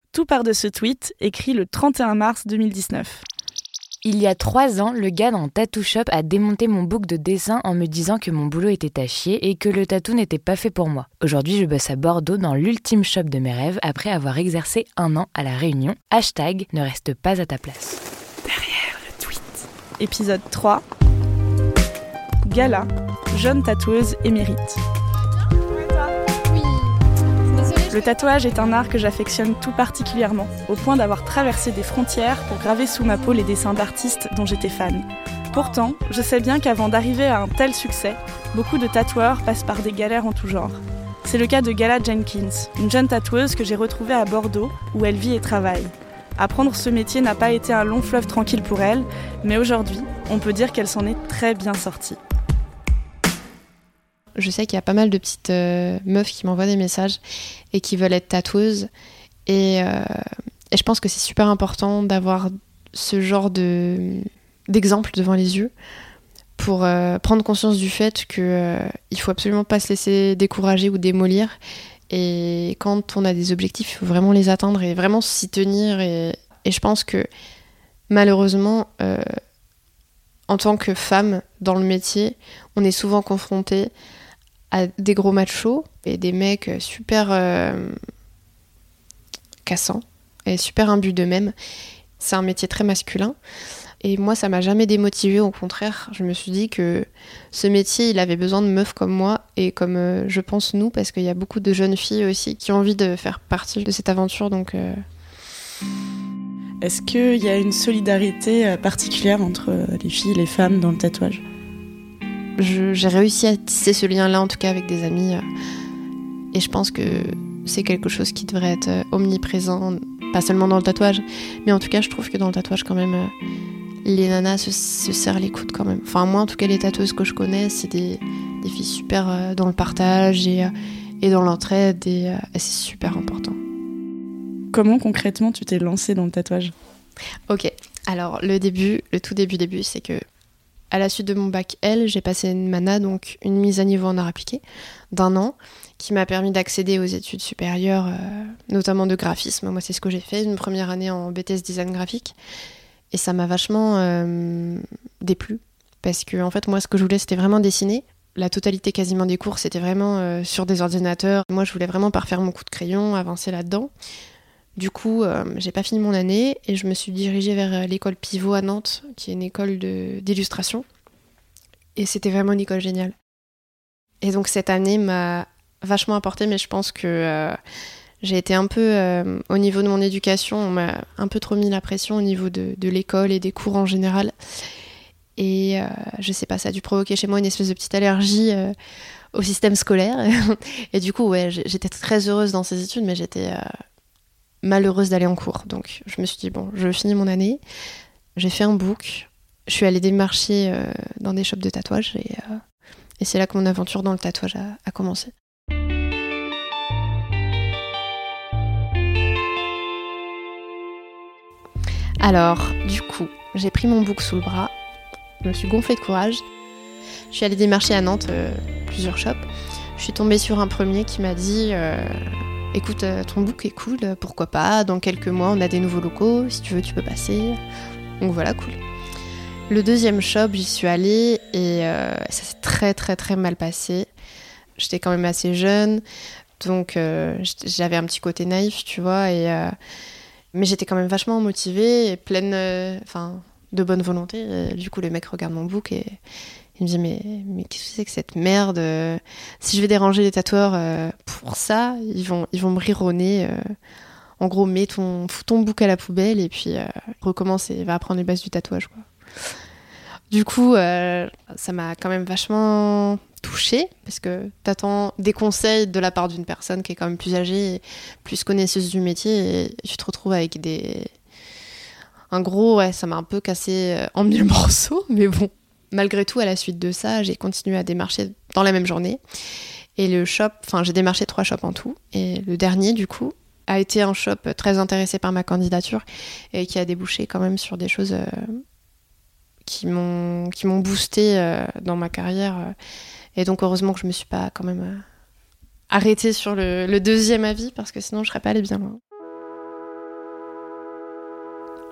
Tout part de ce tweet, écrit le 31 mars 2019. Il y a 3 ans, le gars dans Tattoo Shop a démonté mon book de dessin en me disant que mon boulot était à chier et que le tatou n'était pas fait pour moi. Aujourd'hui, je bosse à Bordeaux dans l'ultime shop de mes rêves après avoir exercé 1 an à La Réunion. Hashtag ne reste pas à ta place. Derrière le tweet. Épisode 3. Gala, jeune tatoueuse émérite. Le tatouage est un art que j'affectionne tout particulièrement, au point d'avoir traversé des frontières pour graver sous ma peau les dessins d'artistes dont j'étais fan. Pourtant, je sais bien qu'avant d'arriver à un tel succès, beaucoup de tatoueurs passent par des galères en tout genre. C'est le cas de Gala Jenkins, une jeune tatoueuse que j'ai retrouvée à Bordeaux, où elle vit et travaille. Apprendre ce métier n'a pas été un long fleuve tranquille pour elle, mais aujourd'hui, on peut dire qu'elle s'en est très bien sortie. Je sais qu'il y a pas mal de petites meufs qui m'envoient des messages et qui veulent être tatoueuses. Et je pense que c'est super important d'avoir ce genre d'exemple devant les yeux pour prendre conscience du fait qu'il faut absolument pas se laisser décourager ou démolir. Et quand on a des objectifs, il faut vraiment les atteindre et vraiment s'y tenir. Et je pense que malheureusement, en tant que femme dans le métier, on est souvent confronté à des gros machos et des mecs super cassants et super imbus d'eux-mêmes. C'est un métier très masculin. Et moi, ça m'a jamais démotivée, au contraire. Je me suis dit que ce métier, il avait besoin de meufs comme moi et comme je pense nous, parce qu'il y a beaucoup de jeunes filles aussi qui ont envie de faire partie de cette aventure. Donc, Est-ce qu'il y a une solidarité particulière entre les filles et les femmes dans le tatouage ? J'ai réussi à tisser ce lien-là, en tout cas avec des amis. Et je pense que c'est quelque chose qui devrait être omniprésent, pas seulement dans le tatouage, mais en tout cas, je trouve que dans le tatouage, quand même, les nanas se serrent les coudes quand même. Enfin, moi, en tout cas, les tatoueuses que je connais, c'est des filles super dans le partage et dans l'entraide, et c'est super important. Comment concrètement tu t'es lancée dans le tatouage ? Ok, alors le tout début, c'est que à la suite de mon bac L, j'ai passé une MANA, donc une mise à niveau en art appliqué, d'1 an, qui m'a permis d'accéder aux études supérieures, notamment de graphisme. Moi, c'est ce que j'ai fait, une première année en BTS design graphique. Et ça m'a vachement déplu, parce que en fait, moi, ce que je voulais, c'était vraiment dessiner. La totalité quasiment des cours, c'était vraiment sur des ordinateurs. Moi, je voulais vraiment parfaire mon coup de crayon, avancer là-dedans. Du coup, j'ai pas fini mon année et je me suis dirigée vers l'école Pivot à Nantes, qui est une école d'illustration. Et c'était vraiment une école géniale. Et donc cette année m'a vachement apporté, mais je pense que j'ai été un peu, au niveau de mon éducation, on m'a un peu trop mis la pression au niveau de l'école et des cours en général. Et je sais pas, ça a dû provoquer chez moi une espèce de petite allergie au système scolaire. Et du coup, ouais, j'étais très heureuse dans ces études, mais j'étais malheureuse d'aller en cours. Donc je me suis dit, bon, je finis mon année, j'ai fait un book, je suis allée démarcher dans des shops de tatouage et c'est là que mon aventure dans le tatouage a commencé. Alors, du coup, j'ai pris mon book sous le bras, je me suis gonflée de courage, je suis allée démarcher à Nantes plusieurs shops, je suis tombée sur un premier qui m'a dit écoute, ton book est cool, pourquoi pas, dans quelques mois on a des nouveaux locaux, si tu veux tu peux passer. Donc voilà, cool. Le deuxième shop, j'y suis allée et ça s'est très très très mal passé. J'étais quand même assez jeune, donc j'avais un petit côté naïf, tu vois, mais j'étais quand même vachement motivée et pleine de bonne volonté. Et du coup, le mec regarde mon book et il me dit mais qu'est-ce que c'est que cette merde, si je vais déranger les tatoueurs pour ça, ils vont me rire au nez. En gros, fous ton book à la poubelle et puis recommence et va apprendre les bases du tatouage, quoi. Du coup, ça m'a quand même vachement touchée parce que t'attends des conseils de la part d'une personne qui est quand même plus âgée et plus connaisseuse du métier et tu te retrouves avec un gros, ouais, ça m'a un peu cassé en 1000 morceaux, mais bon. Malgré tout, à la suite de ça, j'ai continué à démarcher dans la même journée. Et le shop, j'ai démarché 3 shops en tout. Et le dernier, du coup, a été un shop très intéressé par ma candidature et qui a débouché quand même sur des choses qui m'ont boosté dans ma carrière. Et donc, heureusement que je me suis pas quand même arrêtée sur le deuxième avis parce que sinon, je serais pas allée bien loin.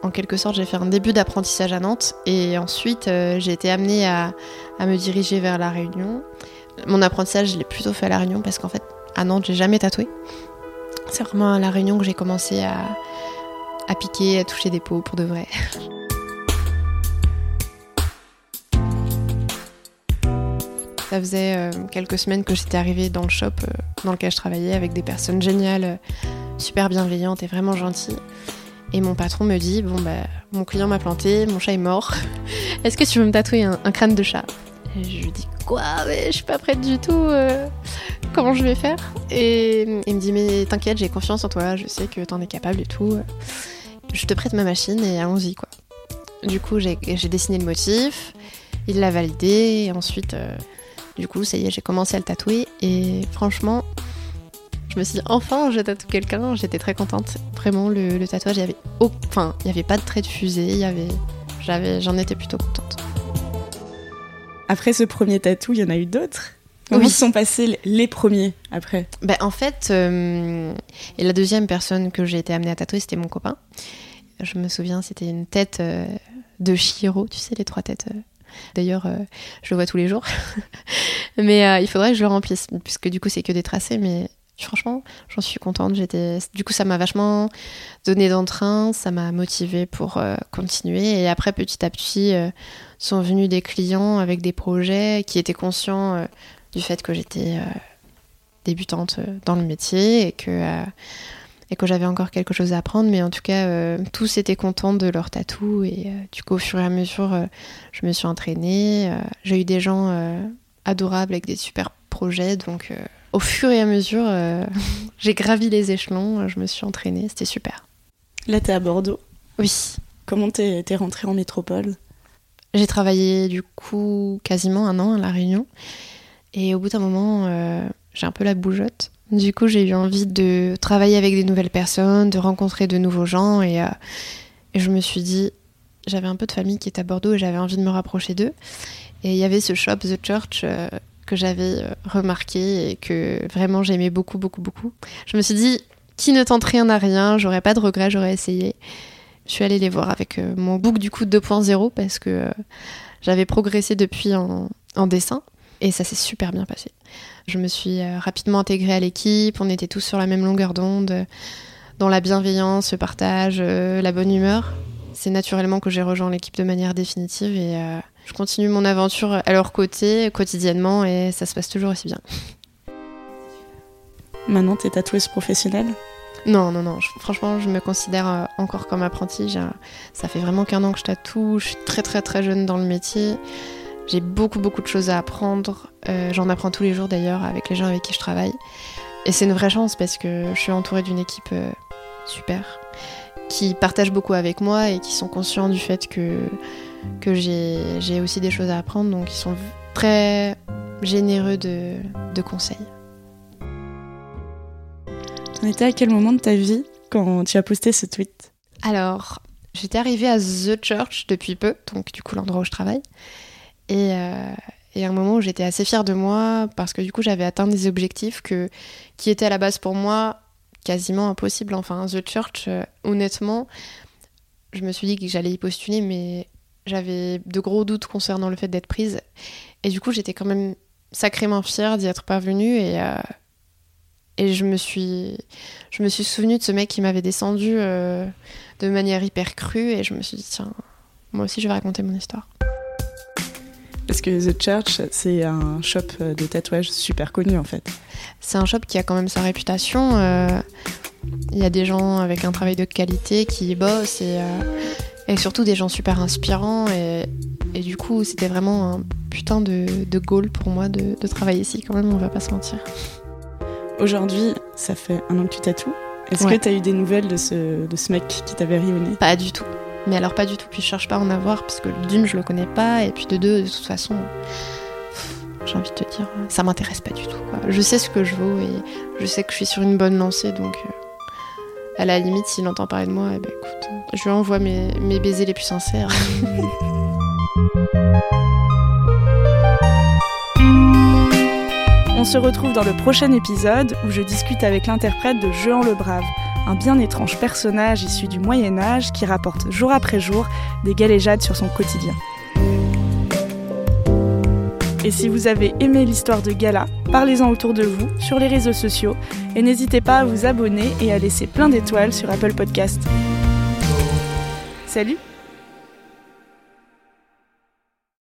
En quelque sorte, j'ai fait un début d'apprentissage à Nantes et ensuite j'ai été amenée à me diriger vers La Réunion. Mon apprentissage, je l'ai plutôt fait à La Réunion parce qu'en fait, à Nantes, j'ai jamais tatoué. C'est vraiment à La Réunion que j'ai commencé à piquer, à toucher des peaux pour de vrai. Ça faisait quelques semaines que j'étais arrivée dans le shop dans lequel je travaillais avec des personnes géniales, super bienveillantes et vraiment gentilles. Et mon patron me dit, mon client m'a planté, mon chat est mort. Est-ce que tu veux me tatouer un crâne de chat ? Et je lui dis, quoi ? Mais je suis pas prête du tout. Comment je vais faire ? Et il me dit, mais t'inquiète, j'ai confiance en toi, je sais que t'en es capable et tout. Je te prête ma machine et allons-y, quoi. Du coup, j'ai dessiné le motif, il l'a validé, et ensuite, du coup, ça y est, j'ai commencé à le tatouer. Et franchement, je me suis dit, enfin, je tatoue quelqu'un, j'étais très contente. Vraiment, le tatouage, il n'y avait pas de trait de fusée, j'en étais plutôt contente. Après ce premier tatou, il y en a eu d'autres ? Comment se sont passés les premiers après ? En fait, et la deuxième personne que j'ai été amenée à tatouer, c'était mon copain. Je me souviens, c'était une tête de Chihiro, tu sais, les 3 têtes. D'ailleurs, je le vois tous les jours. Mais il faudrait que je le remplisse, puisque du coup, c'est que des tracés. Mais franchement, j'en suis contente. Du coup, ça m'a vachement donné d'entrain, ça m'a motivée pour continuer. Et après, petit à petit, sont venus des clients avec des projets qui étaient conscients du fait que j'étais débutante dans le métier et que j'avais encore quelque chose à apprendre. Mais en tout cas, tous étaient contents de leur tatou. Et du coup, au fur et à mesure, je me suis entraînée. J'ai eu des gens adorables avec des super projets. Donc, au fur et à mesure, j'ai gravi les échelons. Je me suis entraînée. C'était super. Là, t'es à Bordeaux ? Oui. Comment t'es rentrée en métropole ? J'ai travaillé du coup quasiment 1 an à La Réunion. Et au bout d'un moment, j'ai un peu la bougeotte. Du coup, j'ai eu envie de travailler avec des nouvelles personnes, de rencontrer de nouveaux gens. Et je me suis dit, j'avais un peu de famille qui était à Bordeaux et j'avais envie de me rapprocher d'eux. Et il y avait ce shop, The Church, que j'avais remarqué et que vraiment j'aimais beaucoup, beaucoup, beaucoup. Je me suis dit, qui ne tente rien n'a rien, j'aurais pas de regrets, j'aurais essayé. Je suis allée les voir avec mon book du coup 2.0 parce que j'avais progressé depuis en dessin et ça s'est super bien passé. Je me suis rapidement intégrée à l'équipe, on était tous sur la même longueur d'onde, dans la bienveillance, le partage, la bonne humeur. C'est naturellement que j'ai rejoint l'équipe de manière définitive et je continue mon aventure à leur côté quotidiennement et ça se passe toujours aussi bien. Maintenant, t'es tatoueuse professionnelle ? Non, franchement, je me considère encore comme apprentie. Ça fait vraiment qu'1 an que je tatoue, je suis très très très jeune dans le métier. J'ai beaucoup beaucoup de choses à apprendre. J'en apprends tous les jours d'ailleurs avec les gens avec qui je travaille. Et c'est une vraie chance parce que je suis entourée d'une équipe super, qui partagent beaucoup avec moi et qui sont conscients du fait que j'ai aussi des choses à apprendre. Donc ils sont très généreux de conseils. T'en étais à quel moment de ta vie quand tu as posté ce tweet ? Alors, j'étais arrivée à The Church depuis peu, donc du coup l'endroit où je travaille. Et à un moment où j'étais assez fière de moi parce que du coup j'avais atteint des objectifs qui étaient à la base pour moi quasiment impossibles. Enfin, The Church, honnêtement, je me suis dit que j'allais y postuler, mais j'avais de gros doutes concernant le fait d'être prise. Et du coup, j'étais quand même sacrément fière d'y être parvenue et je me suis souvenue de ce mec qui m'avait descendu de manière hyper crue et je me suis dit, tiens, moi aussi je vais raconter mon histoire. Parce que The Church, c'est un shop de tatouage super connu en fait. C'est un shop qui a quand même sa réputation. Il y a des gens avec un travail de qualité qui y bossent et surtout des gens super inspirants. Et du coup, c'était vraiment un putain de goal pour moi de travailler ici quand même, on va pas se mentir. Aujourd'hui, ça fait 1 an que tu tatoues. Est-ce que tu as eu des nouvelles de ce mec qui t'avait rayonné ? Pas du tout. Mais alors pas du tout. Puis je cherche pas à en avoir parce que d'une, je le connais pas. Et puis de deux, de toute façon, j'ai envie de te dire, ça m'intéresse pas du tout, quoi. Je sais ce que je vaux et je sais que je suis sur une bonne lancée. Donc à la limite, s'il entend parler de moi, eh ben, écoute, je lui envoie mes baisers les plus sincères. On se retrouve dans le prochain épisode où je discute avec l'interprète de Jehan le Brave, un bien étrange personnage issu du Moyen-Âge qui rapporte jour après jour des galéjades sur son quotidien. Et si vous avez aimé l'histoire de Gala, parlez-en autour de vous, sur les réseaux sociaux, et n'hésitez pas à vous abonner et à laisser plein d'étoiles sur Apple Podcasts. Salut!